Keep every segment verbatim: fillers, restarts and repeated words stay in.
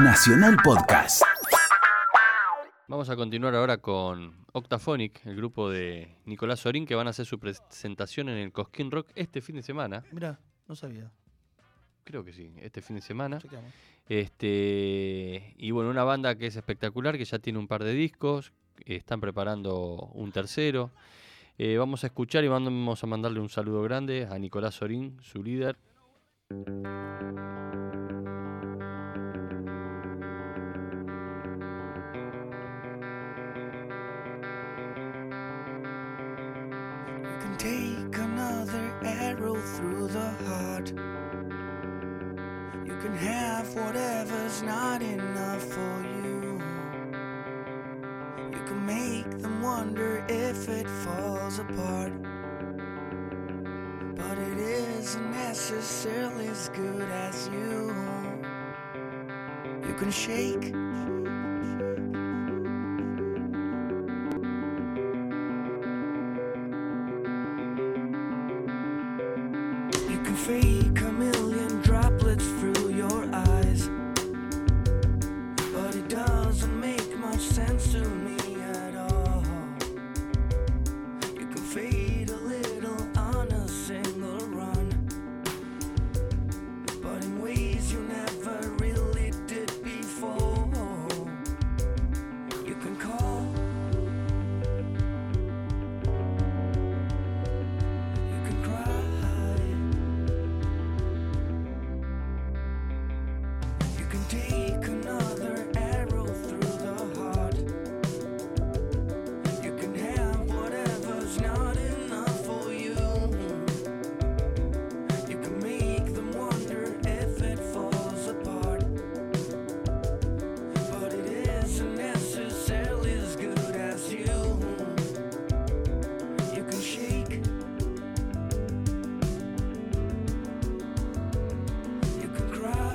Nacional Podcast. Vamos a continuar ahora con Octaphonic, el grupo de Nicolás Sorín, que van a hacer su presentación en el Cosquín Rock este fin de semana. Mirá, no sabía. Creo que sí, este fin de semana. Chequeamos. Este, y bueno, una banda que es espectacular, que ya tiene un par de discos, están preparando un tercero. Eh, vamos a escuchar y vamos a mandarle un saludo grande a Nicolás Sorín, su líder. Take another arrow through the heart. You can have whatever's not enough for you. You can make them wonder if it falls apart. But it isn't necessarily as good as you. You can shake. Fake a million droplets through your eyes, but it doesn't make much sense to me at all. You can fade a little on a single run, but in ways you never really did before. You can call, you can cry. Take another arrow through the heart. You can have whatever's not enough for you. You can make them wonder if it falls apart. But it isn't necessarily as good as you. You can shake. You can cry.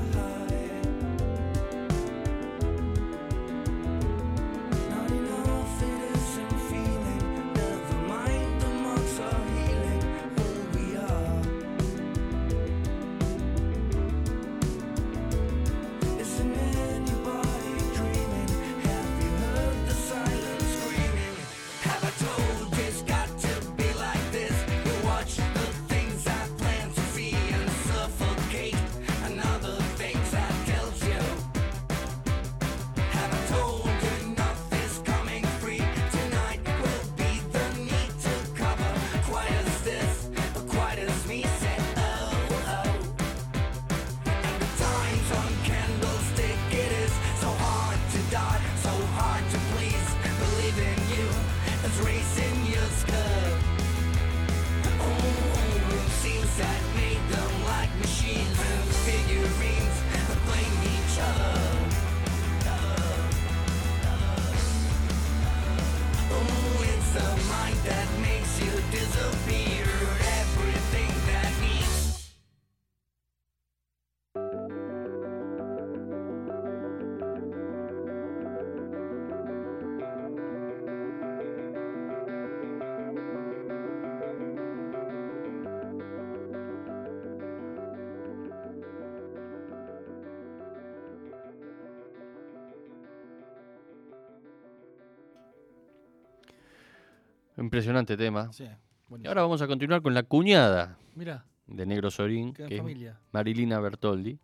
Impresionante tema. Sí, Y ahora vamos a continuar con la cuñada Mirá, de Negro Sorín, qué que familia. es Marilina Bertoldi.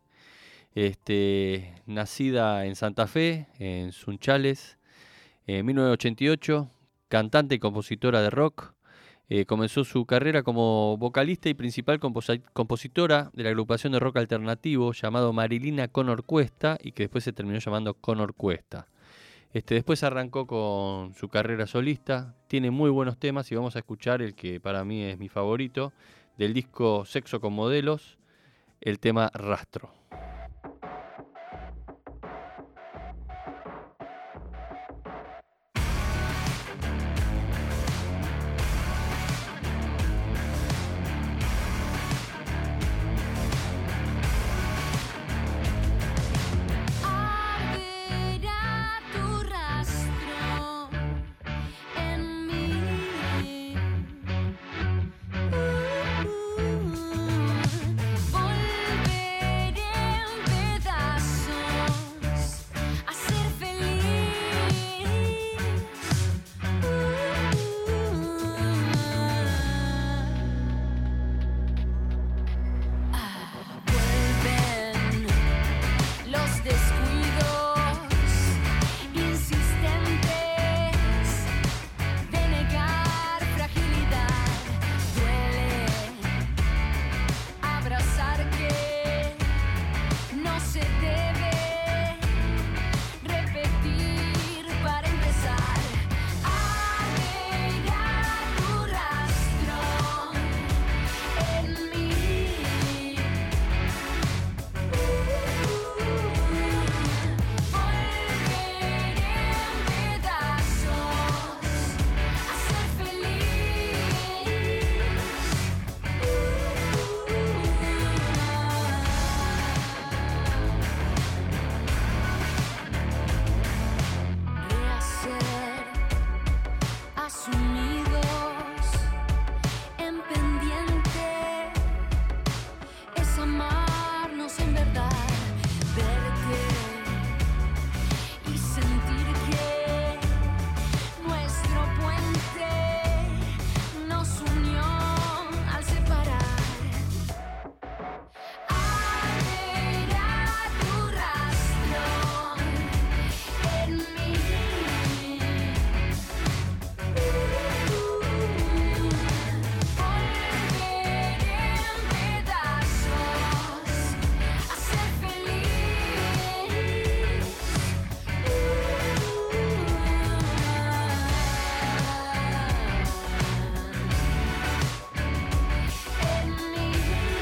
Este, nacida en Santa Fe, en Sunchales, en mil novecientos ochenta y ocho, cantante y compositora de rock. Eh, comenzó su carrera como vocalista y principal compos- compositora de la agrupación de rock alternativo llamado Marilina con Orquesta y que después se terminó llamando Con Orquesta. Este, después arrancó con su carrera solista, tiene muy buenos temas y vamos a escuchar el que para mí es mi favorito, del disco Sexo con Modelos, el tema Rastro. Volveré se debe repetir para empezar. Arraigar tu rastro en mí. Volver en pedazos a ser feliz. Rehacer asumidos en pendiente es amarnos en verdad, verte y sentir que nuestro puente nos unió al separar. Arraigar tu rastro en mí. Volver en pedazos a ser feliz. En mí.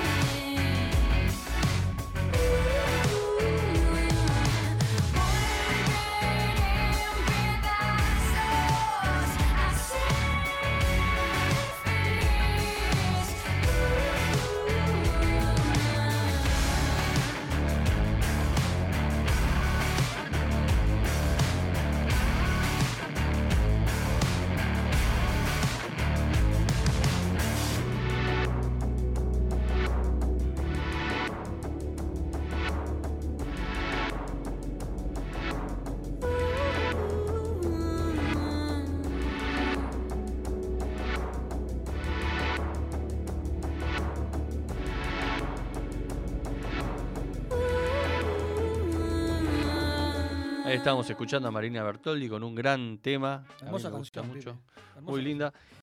Ahí estamos escuchando a Marina Bertoldi con un gran tema. A mí Hermosa me gusta canción, mucho. Pipe. Hermosa Muy linda.